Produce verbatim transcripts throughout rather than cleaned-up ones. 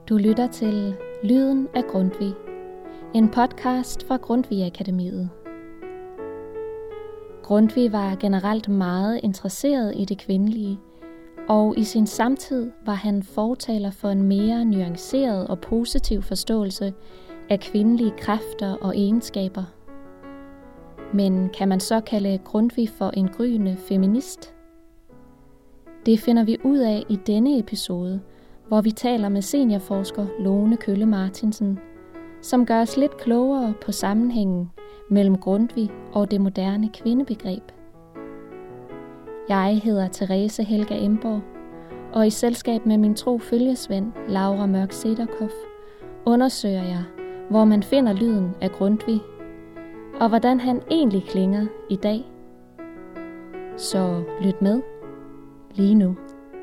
Du lytter til Lyden af Grundtvig, en podcast fra Grundtvig Akademiet. Grundtvig var generelt meget interesseret i det kvindelige, og i sin samtid var han fortaler for en mere nuanceret og positiv forståelse af kvindelige kræfter og egenskaber. Men kan man så kalde Grundtvig for en gryende feminist? Det finder vi ud af i denne episode, hvor vi taler med seniorforsker Lone Kølle Martinsen, som gør os lidt klogere på sammenhængen mellem Grundtvig og det moderne kvindebegreb. Jeg hedder Therese Helga Emborg, og i selskab med min tro følgesvend Laura Mørk Sederkoff undersøger jeg, hvor man finder lyden af Grundtvig, og hvordan han egentlig klinger i dag. Så lyt med lige nu.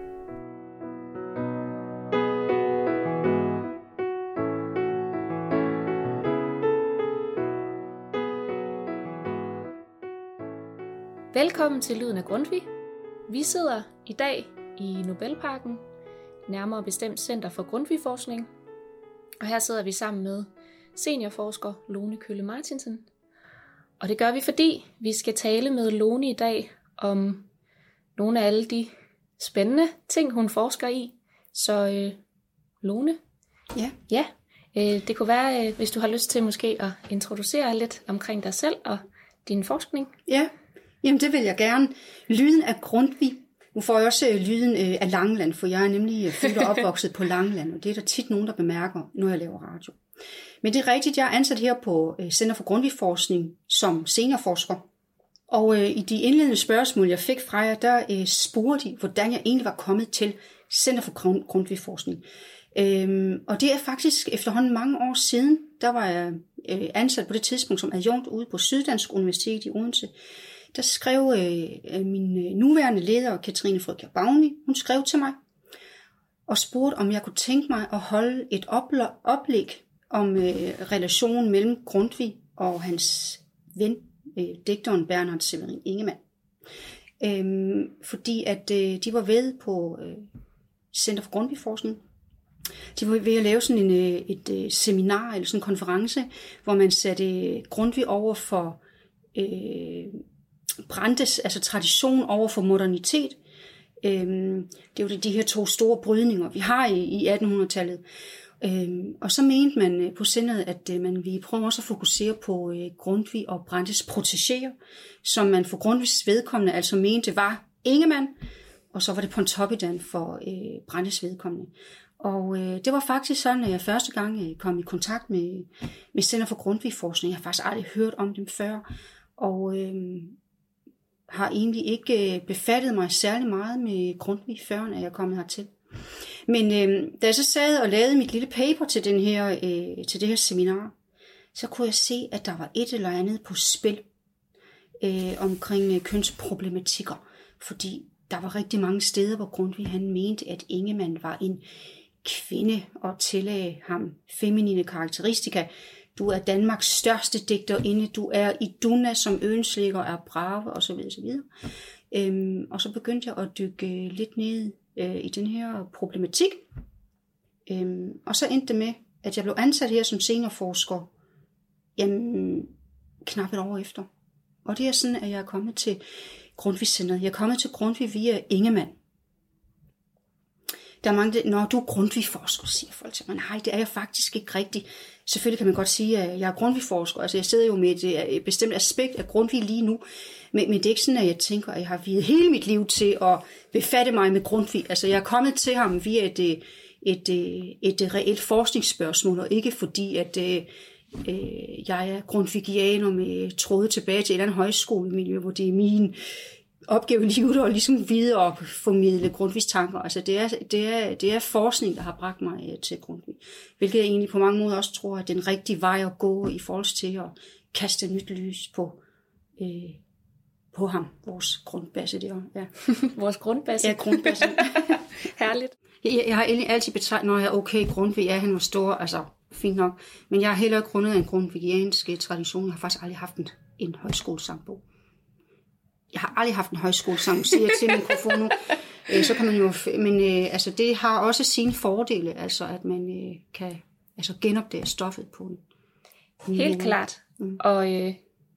Velkommen til Lyden af Grundtvig. Vi sidder i dag i Nobelparken, nærmere bestemt Center for Grundtvig-forskning. Og her sidder vi sammen med seniorforsker Lone Kølle Martinsen. Og det gør vi, fordi vi skal tale med Lone i dag om nogle af alle de spændende ting, hun forsker i. Så øh, Lone, ja, ja øh, det kunne være, øh, hvis du har lyst til måske at introducere lidt omkring dig selv og din forskning. Ja, jamen det vil jeg gerne. Lyden af Grundtvig. Nu får jeg også lyden øh, af Langeland, for jeg er nemlig født og opvokset på Langeland, og det er der tit nogen, der bemærker, når jeg laver radio. Men det er rigtigt, jeg er ansat her på øh, Center for Grundtvig-forskning som seniorforsker. Og øh, i de indledende spørgsmål, jeg fik fra jer, der øh, spurgte de, hvordan jeg egentlig var kommet til Center for Grundtvig-forskning. Øhm, og det er faktisk efterhånden mange år siden, der var jeg øh, ansat på det tidspunkt som adjunkt ude på Syddansk Universitet i Odense. Der skrev øh, min nuværende leder, Katrine Frøkjær Bavni, hun skrev til mig og spurgte, om jeg kunne tænke mig at holde et oplæg om øh, relationen mellem Grundtvig og hans ven, øh, digteren Bernhard Severin Ingemann. Øhm, fordi at øh, de var ved på øh, Center for Grundtvig-forskning. De var ved at lave sådan en, øh, et øh, seminar eller sådan en konference, hvor man satte Grundtvig over for øh, Brandes, altså tradition over for modernitet. Øhm, det er jo de her to store brydninger, vi har i, i attenhundredetallet. Øhm, og så mente man på centret, at øh, man ville prøve også at fokusere på øh, Grundtvig og Brandes protégéer, som man for Grundtvigs vedkommende altså mente var Ingemann, og så var det Pontoppidan for øh, Brandes vedkommende. Og øh, det var faktisk sådan, at jeg første gang øh, kom i kontakt med, med Center for Grundtvig-forskning. Jeg har faktisk aldrig hørt om dem før, og øh, har egentlig ikke øh, befattet mig særlig meget med Grundtvig, før jeg er kommet hertil. Men øh, da jeg så sad og lavede mit lille paper til, den her, øh, til det her seminar, så kunne jeg se, at der var et eller andet på spil øh, omkring øh, kønsproblematikker. Fordi der var rigtig mange steder, hvor Grundtvig han mente, at Ingemann var en kvinde og tillagde ham feminine karakteristika. Du er Danmarks største digterinde, du er Iduna, som øenslægger er brave, osv. osv. Øhm, og så begyndte jeg at dykke lidt ned øh, i den her problematik. Øhm, og så endte det med, at jeg blev ansat her som seniorforsker jamen, knap et år efter. Og det er sådan, at jeg er kommet til Grundtvig-centret. Jeg er kommet til Grundtvig via Ingemann. Der er mange, når du er Grundtvig-forsker, siger folk til mig. Nej, det er jeg faktisk ikke rigtigt. Selvfølgelig kan man godt sige, at jeg er Grundtvig-forsker. Altså, jeg sidder jo med et, et bestemt aspekt af Grundtvig lige nu. Men, men det er ikke sådan, at jeg tænker, at jeg har viet hele mit liv til at befatte mig med Grundtvig. Altså, jeg er kommet til ham via et, et, et, et reelt forskningsspørgsmål, og ikke fordi, at øh, jeg er grundtvigianer med tråde tilbage til et eller andet højskolemiljø, hvor det er min opgave i livet og ligesom videre at formidle Grundtvigs tanker. Altså det er, det, er, det er forskning, der har bragt mig til Grundtvig. Hvilket jeg egentlig på mange måder også tror, at den rigtige vej at gå i forhold til at kaste nyt lys på, øh, på ham, vores grundbasse der. Ja. Vores grundbasse? Ja, grundbasse. Herligt. Jeg, jeg har altid betragtet, når jeg er okay, Grundtvig, ja, han var stor, altså fint nok. Men jeg har heller ikke grundet af en grundtvigiansk tradition. Jeg har faktisk aldrig haft en, en højskolesangbog. Jeg har aldrig haft en højskolesang, siger jeg til mikrofonen. øh, så kan man jo, men øh, altså det har også sine fordele, altså at man øh, kan altså genopdage stoffet på den. Helt klart. Mm. Og øh,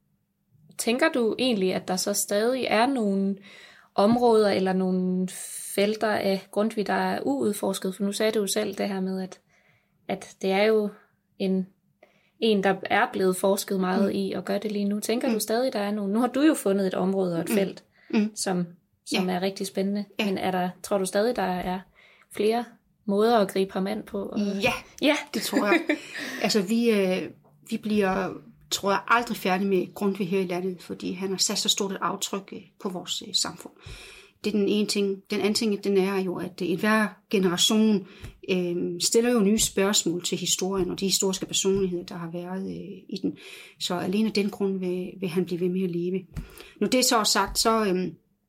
tænker du egentlig, at der så stadig er nogle områder eller nogle felter af Grundtvig, der er uudforsket? For nu sagde du jo selv det her med, at, at det er jo en, en, der er blevet forsket meget mm. i og gør det lige nu. Tænker mm. du stadig, der er nogle? Nu har du jo fundet et område og et felt, mm. som, som ja. er rigtig spændende. Ja. Men er der, tror du stadig, der er flere måder at gribe ham an på? Og... Ja, ja, det tror jeg. Altså vi, øh, vi bliver, tror jeg, aldrig færdige med Grundtvig her i landet, fordi han har sat så stort et aftryk øh, på vores øh, samfund. Det er den ene ting. Den anden ting, den er jo, at øh, enhver generation øh, stiller jo nye spørgsmål til historien og de historiske personligheder, der har været øh, i den. Så alene af den grund vil, vil han blive ved med at leve. Nu det så er sagt, så... Øh,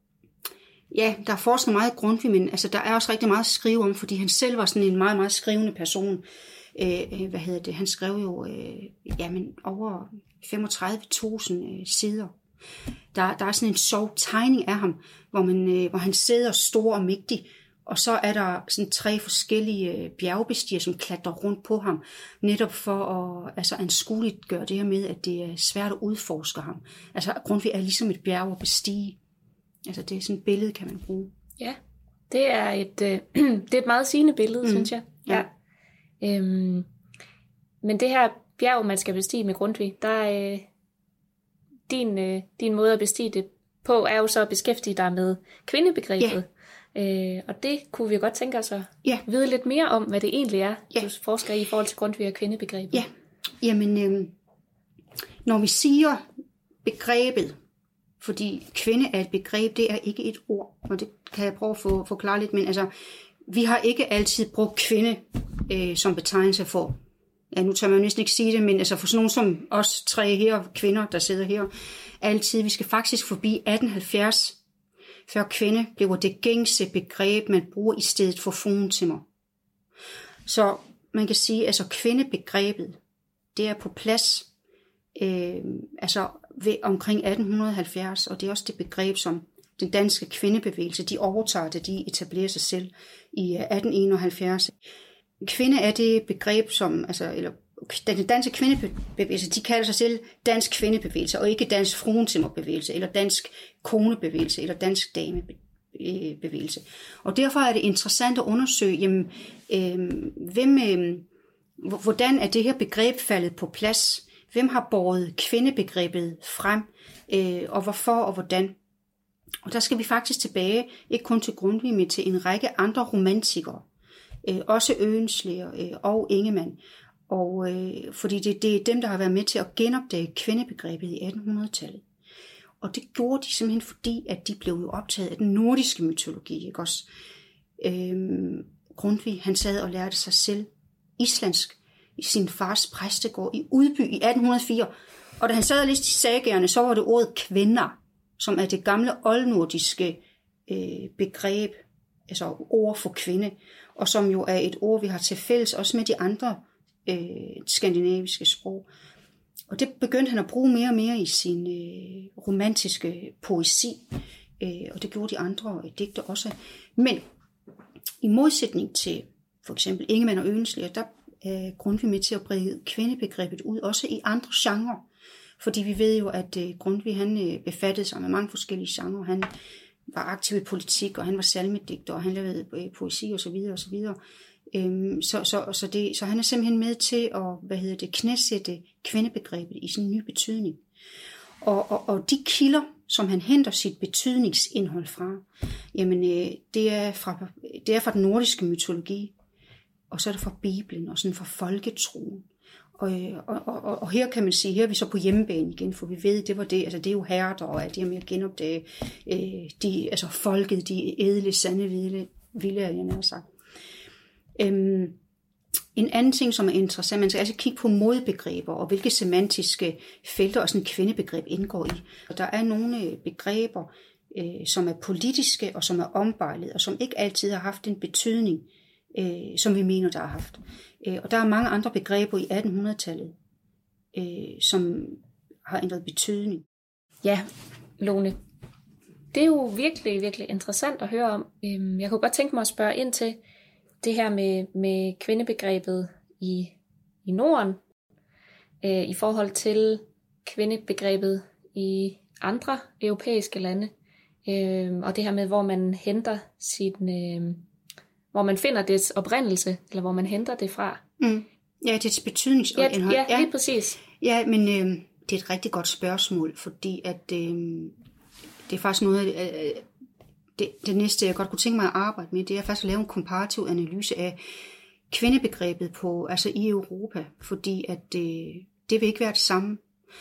Ja, der er forsket meget i Grundtvig, men altså, der er også rigtig meget at skrive om, fordi han selv var sådan en meget, meget skrivende person. Øh, hvad hedder det? Han skrev jo øh, jamen, over femogtredive tusind øh, sider. Der, der er sådan en sjov tegning af ham, hvor, man, øh, hvor han sidder stor og mægtig, og så er der sådan tre forskellige øh, bjergbestiger, som klatrer rundt på ham, netop for at altså, anskueligt gøre det her med, at det er svært at udforske ham. Altså, Grundtvig er ligesom et bjerg at bestige. Altså det er sådan et billede, kan man bruge. Ja, det er et, øh, det er et meget sigende billede, mm. synes jeg. Ja. Ja. Øhm, men det her bjerg, man skal bestige med Grundtvig, der er øh, din, øh, din måde at bestige det på, er jo så at beskæftige dig med kvindebegrebet. Ja. Øh, og det kunne vi godt tænke os at ja. vide lidt mere om, hvad det egentlig er, ja. du forsker i i forhold til Grundtvig og kvindebegrebet. Ja, jamen øh, når vi siger begrebet, fordi kvinde er et begreb, det er ikke et ord, og det kan jeg prøve at få forklare lidt, men altså, vi har ikke altid brugt kvinde øh, som betegnelse for, ja, nu tør man jo næsten ikke sige det, men altså for sådan nogen som os tre her, kvinder, der sidder her, altid, vi skal faktisk forbi atten halvfjerds, før kvinde bliver det gængse begreb, man bruger i stedet for fruentimer. Så man kan sige, altså kvindebegrebet, det er på plads, øh, altså ved omkring atten halvfjerds, og det er også det begreb, som den danske kvindebevægelse, de overtager det, de etablerer sig selv i atten enoghalvfjerds. Kvinde er det begreb, som, altså, eller den danske kvindebevægelse, de kalder sig selv dansk kvindebevægelse, og ikke dansk fruentimerbevægelse, eller dansk konebevægelse, eller dansk damebevægelse. Og derfor er det interessant at undersøge, jamen, øh, hvem, øh, hvordan er det her begreb faldet på plads? Hvem har båret kvindebegrebet frem, øh, og hvorfor og hvordan? Og der skal vi faktisk tilbage, ikke kun til Grundtvig, men til en række andre romantikere, øh, også Oehlenschlæger øh, og Ingemann. Og, øh, fordi det, det er dem, der har været med til at genopdage kvindebegrebet i attenhundredetallet. Og det gjorde de simpelthen fordi, at de blev jo optaget af den nordiske mytologi. Ikke også? Øh, Grundtvig, han sad og lærte sig selv islandsk i sin fars præstegård i Udby i atten hundrede og fire. Og da han sad og læste sagerne, så var det ordet kvinder, som er det gamle oldnordiske øh, begreb, altså ord for kvinde, og som jo er et ord, vi har til fælles også med de andre øh, skandinaviske sprog. Og det begyndte han at bruge mere og mere i sin øh, romantiske poesi, øh, og det gjorde de andre øh, digter også. Men i modsætning til for eksempel Ingemann og Oehlenschlæger, der er Grundtvig med til at brede kvindebegrebet ud, også i andre genrer. Fordi vi ved jo, at øh, Grundtvig han øh, befattede sig med mange forskellige genrer. Han var aktiv i politik, og han var salmedigter, og han lavede øh, poesi osv. osv. Øhm, så, så, så, det, så han er simpelthen med til at hvad hedder det, knæsætte kvindebegrebet i sådan en ny betydning. Og, og, og de kilder, som han henter sit betydningsindhold fra, jamen, øh, det, er fra det er fra den nordiske mytologi, og så er det fra Bibelen, og sådan fra folketroen. Og, og, og, og her kan man sige, her er vi så på hjemmebane igen, for vi ved, det var det, altså det er jo herder, og alt det her med at genopdage øh, de, altså folket, de ædle, sande, vilde, vilde jeg nær sagt. Øhm, en anden ting, som er interessant, man skal altså kigge på modbegreber, og hvilke semantiske felter og sådan kvindebegreb indgår i. Og der er nogle begreber, øh, som er politiske, og som er ombejlet, og som ikke altid har haft en betydning, øh, som vi mener, der har haft. Øh, og der er mange andre begreber i attenhundredetallet, øh, som har ændret betydning. Ja, Lone. det er jo virkelig, virkelig interessant at høre om. Jeg kunne godt tænke mig at spørge ind til det her med, med kvindebegrebet i, i Norden, øh, i forhold til kvindebegrebet i andre europæiske lande, øh, og det her med, hvor man henter sin, øh, hvor man finder dets oprindelse, eller hvor man henter det fra. Mm. Ja, dets betydningsindhold. Ja, ja, lige præcis. Ja, men øh, det er et rigtig godt spørgsmål, fordi at øh, det er faktisk noget af øh, det, det næste, jeg godt kunne tænke mig at arbejde med, det er faktisk at lave en komparativ analyse af kvindebegrebet på, altså i Europa, fordi at øh, det vil ikke være det samme.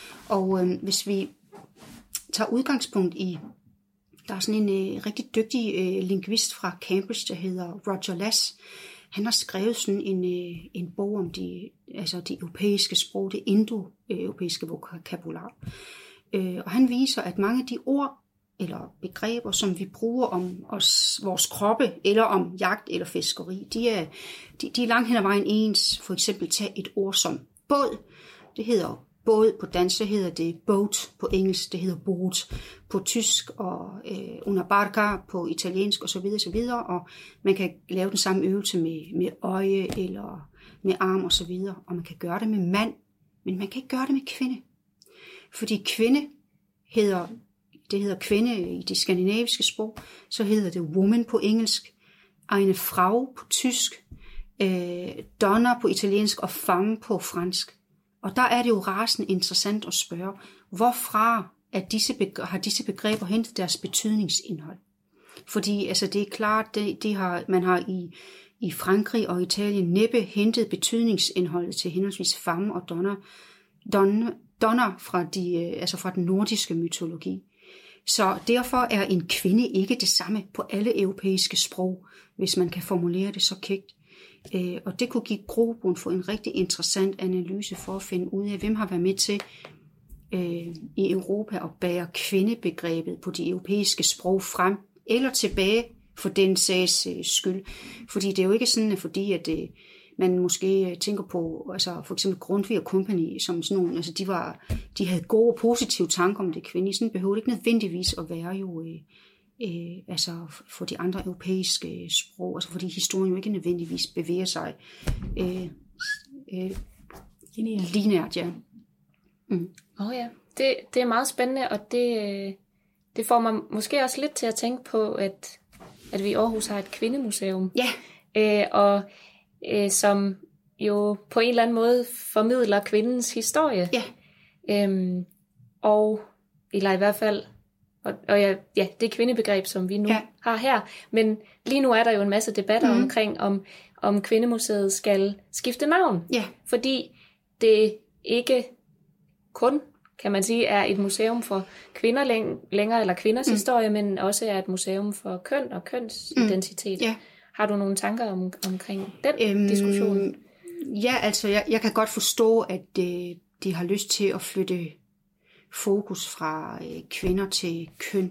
Og øh, hvis vi tager udgangspunkt i, der er sådan en øh, rigtig dygtig øh, lingvist fra Cambridge, der hedder Roger Lass. Han har skrevet sådan en, øh, en bog om de, altså de europæiske sprog, det indo-europæiske vokabular. Øh, og han viser, at mange af de ord eller begreber, som vi bruger om os, vores kroppe, eller om jagt eller fiskeri, de er, de, de er langt hen ad vejen ens. For eksempel tage et ord som båd. Det hedder båd på dansk, så hedder det boat på engelsk, det hedder boat på tysk, og øh, una barca på italiensk osv. osv. Og man kan lave den samme øvelse med, med øje eller med arm osv. Og, så og man kan gøre det med mand, men man kan ikke gøre det med kvinde. Fordi kvinde hedder, det hedder kvinde i de skandinaviske sprog, så hedder det woman på engelsk, eine Frau på tysk, øh, donna på italiensk og femme på fransk. Og der er det jo rasende interessant at spørge, hvorfra at disse begre- har disse begreber hentet deres betydningsindhold. Fordi altså, det er klart, det, det har, man har i, i Frankrig og Italien næppe hentet betydningsindholdet til henholdsvis femme og donna, donna, donna fra, de, altså fra den nordiske mytologi. Så derfor er en kvinde ikke det samme på alle europæiske sprog, hvis man kan formulere det så kægt. Og det kunne give grobund for en rigtig interessant analyse for at finde ud af, hvem har været med til øh, i Europa at bære kvindebegrebet på de europæiske sprog frem eller tilbage for den sags øh, skyld. Fordi det er jo ikke sådan, at fordi at øh, man måske tænker på, altså for eksempel Grundtvig og Company, som sådan nogle, altså de, var, de havde gode og positive tanker om det kvindelige, sådan behøver det ikke nødvendigvis at være jo... Øh, Øh, altså for de andre europæiske sprog, altså fordi historien jo ikke nødvendigvis bevæger sig øh, øh, lineært. lineært, ja. Mm. Oh ja, det, det er meget spændende, og det, det får mig måske også lidt til at tænke på, at, at vi i Aarhus har et kvindemuseum, ja. øh, og øh, som jo på en eller anden måde formidler kvindens historie, ja. øhm, og eller i hvert fald Og, og ja, ja, det er kvindebegreb, som vi nu ja. har her. Men lige nu er der jo en masse debatter mm. omkring, om, om Kvindemuseet skal skifte navn. Ja. Fordi det ikke kun, kan man sige, er et museum for kvinder læng- længere, eller kvinders mm. historie, men også er et museum for køn og kønsidentitet. Mm. Ja. Har du nogle tanker om, omkring den øhm, diskussion? Ja, altså jeg, jeg kan godt forstå, at øh, de har lyst til at flytte fokus fra øh, kvinder til køn,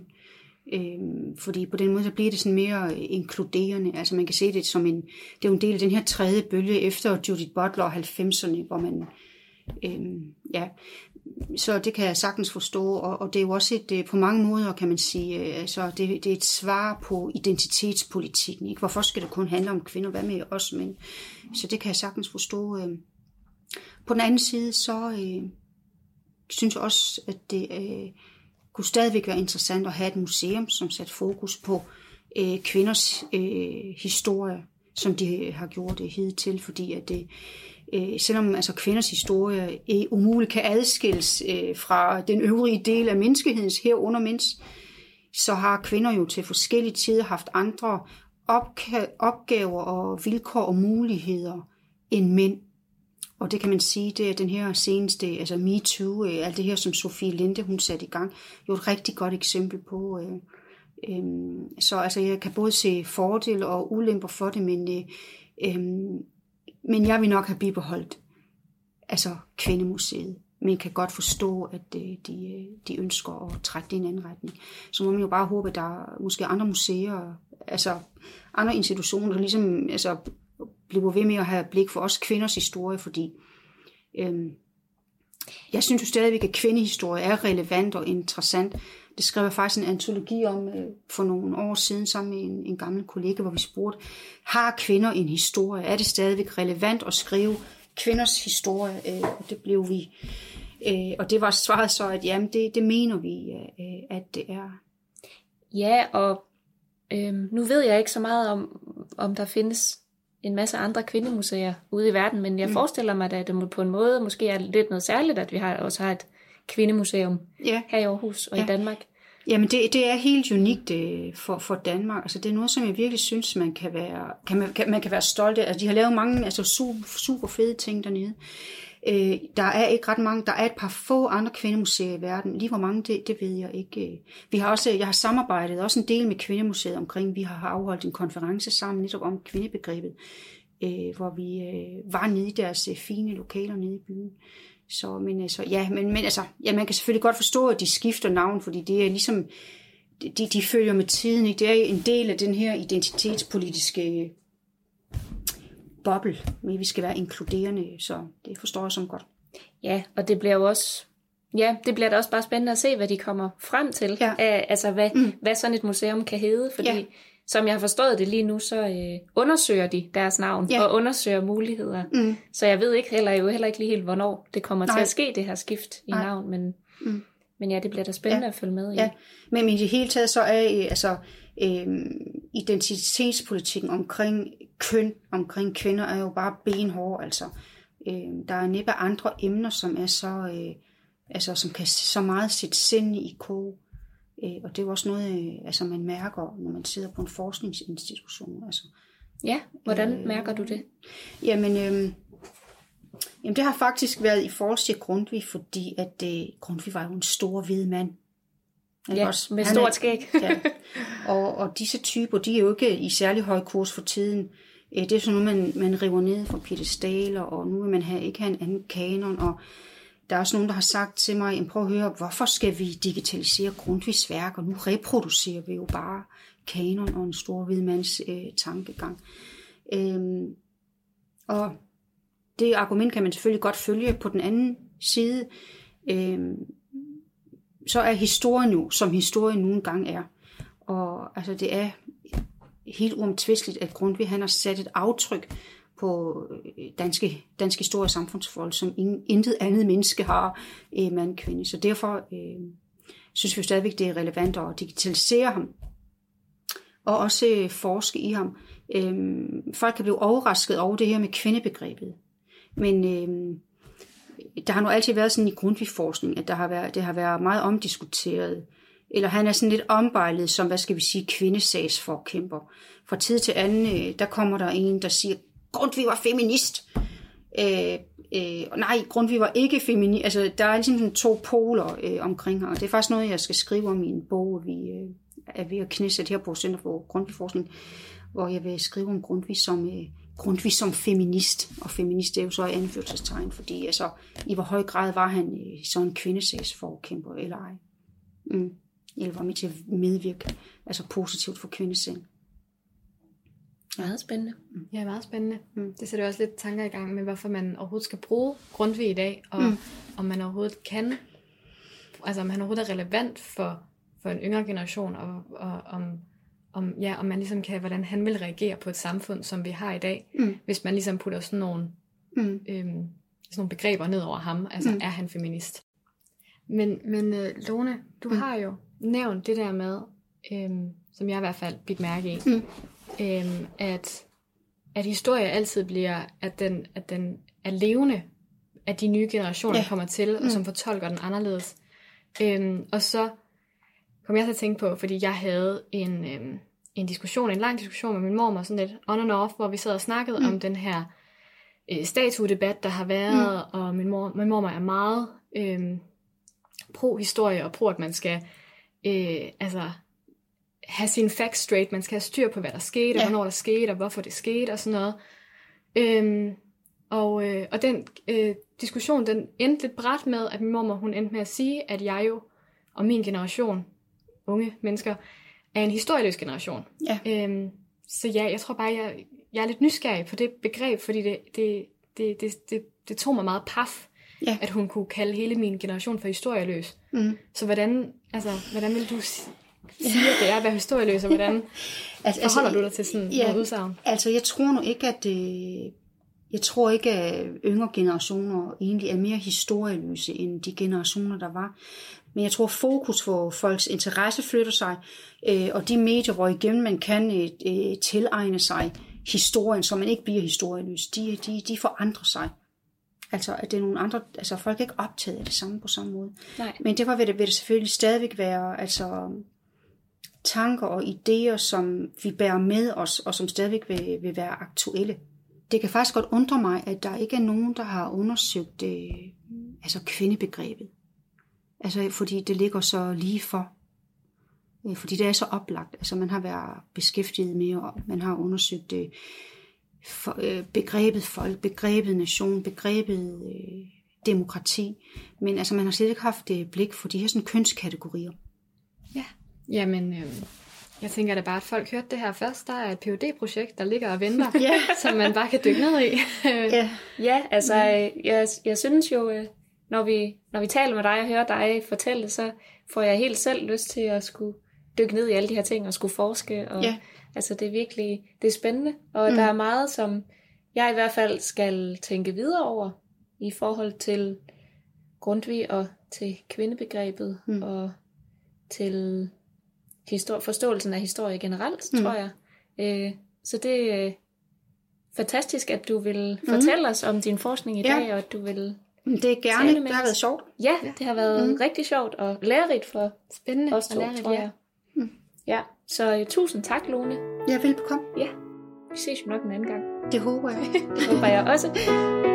øhm, fordi på den måde så bliver det sådan mere øh, inkluderende, altså man kan se det som en, det er jo en del af den her tredje bølge efter Judith Butler og halvfemserne, hvor man, øhm, ja, så det kan jeg sagtens forstå, og, og det er jo også et, øh, på mange måder kan man sige, øh, altså det, det er et svar på identitetspolitikken, ikke? Hvorfor skal det kun handle om kvinder, hvad med os, men, så det kan jeg sagtens forstå. Øh. På den anden side, så øh, synes også, at det øh, kunne stadigvæk være interessant at have et museum, som satte fokus på øh, kvinders øh, historie, som de har gjort det hidtil, fordi at det, øh, selvom altså, kvinders historie øh, umuligt kan adskilles øh, fra den øvrige del af menneskehedens herunder mens, så har kvinder jo til forskellige tider haft andre opka- opgaver og vilkår og muligheder end mænd. Og det kan man sige, det er den her seneste, altså MeToo, alt det her, som Sofie Linde, hun satte i gang, jo et rigtig godt eksempel på. Øh, øh, så altså, jeg kan både se fordele og ulemper for det, men, øh, øh, men jeg vil nok have bibeholdt altså Kvindemuseet. Men kan godt forstå, at øh, de, de ønsker at trække det i en anden retning. Så må man jo bare håbe, at der er måske andre museer, altså andre institutioner, der ligesom altså, bliver ved med at have blik for os kvinders historie, fordi øhm, jeg synes jo stadigvæk, at kvindehistorie er relevant og interessant, Det skrev jeg faktisk en antologi om øh, for nogle år siden sammen med en, en gammel kollega, hvor vi spurgte, har kvinder en historie? Er det stadigvæk relevant at skrive kvinders historie? Øh, og det blev vi. Øh, og det var svaret så, at jamen, det, det mener vi, øh, at det er. Ja, og øh, nu ved jeg ikke så meget om, om der findes en masse andre kvindemuseer ude i verden, men jeg mm. forestiller mig, at det på en måde måske er lidt noget særligt, at vi har, også har et kvindemuseum ja. her i Aarhus og ja. i Danmark. Jamen det, det er helt unikt for, for Danmark. Altså det er noget, som jeg virkelig synes, man kan være, kan man, kan, man kan være stolt af. Altså de har lavet mange altså super, super fede ting dernede. Øh, der er ikke ret mange, der er et par få andre kvindemuseer i verden. Lige hvor mange, det, det ved jeg ikke. Vi har også, jeg har samarbejdet også en del med Kvindemuseet omkring, vi har afholdt en konference sammen netop om kvindebegrebet, øh, hvor vi øh, var nede i deres øh, fine lokaler nede i byen. Så, men altså, ja, men, men altså, ja, man kan selvfølgelig godt forstå, at de skifter navn, fordi det er ligesom, de, de følger med tiden, ikke? Det er en del af den her identitetspolitiske boble, men vi skal være inkluderende, så det forstår jeg som godt. Ja, og det bliver jo også, ja, det bliver da også bare spændende at se, hvad de kommer frem til, ja. Æ, altså hvad, mm. hvad sådan et museum kan hedde, fordi ja. som jeg har forstået det lige nu, så øh, undersøger de deres navn, ja. og undersøger muligheder, mm. så jeg ved ikke heller, jo heller ikke lige helt, hvornår det kommer Nej. til at ske, det her skift i Nej. navn, men, mm. men ja, det bliver da spændende ja. at følge med i. Ja. Men i det hele taget, så er øh, altså, øh, identitetspolitikken omkring køn, omkring kvinder, er jo bare benhård, altså. Øh, der er næppe andre emner, som er så, øh, altså, som kan så meget sætte sind i kog. Øh, og det er jo også noget, øh, altså, man mærker, når man sidder på en forskningsinstitution. Altså. Ja, hvordan øh, mærker du det? Jamen, øh, jamen, det har faktisk været i forhold til Grundtvig, fordi at øh, Grundtvig var jo en stor hvid mand. Ja, også, med stort skæg. Ja. Og, og disse typer, de er jo ikke i særlig høj kurs for tiden. Det er sådan noget, man, man river ned fra piedestaler, og nu vil man have, ikke have en anden kanon. Og der er også nogen, der har sagt til mig, prøv at høre, hvorfor skal vi digitalisere Grundtvigs værk, og nu reproducerer vi jo bare kanon og en stor hvid mands øh, tankegang. Øhm, og det argument kan man selvfølgelig godt følge. På den anden side, øhm, så er historien jo, som historien nogle gange er. Og altså, det er helt uomtvisteligt, at Grundtvig han har sat et aftryk på danske, dansk historie og samfundsforhold, som ingen, intet andet menneske har, eh, mand kvinde. Så derfor eh, synes vi stadigvæk, det er relevant at digitalisere ham, og også eh, forske i ham. Eh, folk kan blive overrasket over det her med kvindebegrebet. Men eh, der har nu altid været sådan i Grundtvig-forskning, at der har været, det har været meget omdiskuteret. Eller han er sådan lidt ombejlet som, hvad skal vi sige, kvindesagsforkæmper. Fra tid til anden, der kommer der en, der siger, Grundtvig var feminist. Øh, øh, nej, Grundtvig var ikke feminist. Altså, der er ligesom sådan to poler øh, omkring her. Og det er faktisk noget, jeg skal skrive om i en bog, vi øh, er ved at knæsætte her på Center for Grundtvig-forskning, hvor jeg vil skrive om Grundtvig som, øh, Grundtvig som feminist. Og feminist er jo så i anførselstegn, fordi altså, i hvor høj grad var han øh, så en kvindesagsforkæmper, eller ej. Mm. Eller var med til at medvirke, altså positivt for kvindesagen. Meget spændende. Mm. Ja, meget spændende. Mm. Det sætter også lidt tanker i gang med, hvorfor man overhovedet skal bruge Grundtvig i dag, og mm. om man overhovedet kan, altså om han overhovedet er relevant for, for en yngre generation, og, og om, om, ja, om man ligesom kan, hvordan han vil reagere på et samfund, som vi har i dag, mm. hvis man ligesom putter sådan nogle, mm. øhm, sådan nogle begreber ned over ham, altså mm. er han feminist. Men, men uh, Lone, du mm. har jo nævnt det der med, øhm, som jeg i hvert fald fik mærke i, mm. øhm, at, at historie altid bliver, at den, at den er levende, at de nye generationer yeah. kommer til, mm. og som fortolker den anderledes. Øhm, og så kom jeg til at tænke på, fordi jeg havde en, øhm, en diskussion, en lang diskussion med min mormor, sådan lidt on and off, hvor vi sad og snakkede mm. om den her øh, statuedebat, der har været, mm. og min, mor, min mormor er meget øhm, pro-historie, og pro, at man skal øh, altså have sine facts straight, man skal have styr på, hvad der skete, ja. og hvornår der skete, og hvorfor det skete, og sådan noget. Øhm, og, øh, og den øh, diskussion, den endte lidt brat med, at min mormor, hun endte med at sige, at jeg jo, og min generation, unge mennesker, er en historieløs generation. Ja. Øhm, så ja, jeg tror bare, jeg, jeg er lidt nysgerrig på det begreb, fordi det, det, det, det, det, det tog mig meget paf, ja. at hun kunne kalde hele min generation for historieløs. Mm. Så hvordan, Altså, hvordan vil du sige, at det er at være historieløs, og hvordan altså, forholder altså, du dig til sådan ja, noget udsagn? Altså, jeg tror nu ikke, at øh, jeg tror ikke, at yngre generationer egentlig er mere historieløse end de generationer, der var. Men jeg tror, fokus for folks interesse flytter sig, øh, og de medier, hvor igennem man kan øh, tilegne sig historien, så man ikke bliver historieløs, de, de, de forandrer sig. Altså, at det er nogle andre, altså folk er ikke optaget af det samme på samme måde. Nej. Men derfor vil det, vil det selvfølgelig stadigvæk være altså, tanker og idéer, som vi bærer med os, og som stadigvæk vil, vil være aktuelle. Det kan faktisk godt undre mig, at der ikke er nogen, der har undersøgt øh, altså kvindebegrebet. Altså, fordi det ligger så lige for. Øh, fordi det er så oplagt. Altså, man har været beskæftiget med, og man har undersøgt øh, for, øh, begrebet folk, begrebet nation, begrebet øh, demokrati. Men altså, man har slet ikke haft øh, blik for de her sådan, kønskategorier. Ja, jamen... Øh... Jeg tænker da bare, at folk hørte det her først. Der er et P H D-projekt, der ligger og venter, ja. som man bare kan dykke ned i. ja. ja, altså jeg, jeg synes jo, når vi, når vi taler med dig og hører dig fortælle, så får jeg helt selv lyst til at skulle dykke ned i alle de her ting og skulle forske. Og, ja. Altså det er virkelig det er spændende, og mm. der er meget, som jeg i hvert fald skal tænke videre over i forhold til Grundtvig og til kvindebegrebet mm. og til... Histor- forståelsen af historie generelt, mm. tror jeg. Øh, så det er øh, fantastisk, at du vil mm. fortælle os om din forskning i ja. dag, og at du vil det er gerne, det har været sjovt. Ja, det har været mm. rigtig sjovt og lærerigt for Spændende os to, lærerigt, tror jeg. Ja. Mm. ja, så uh, tusind tak, Lone. Ja, velbekomme. Ja, vi ses jo nok en anden gang. Det håber jeg. Det håber jeg også.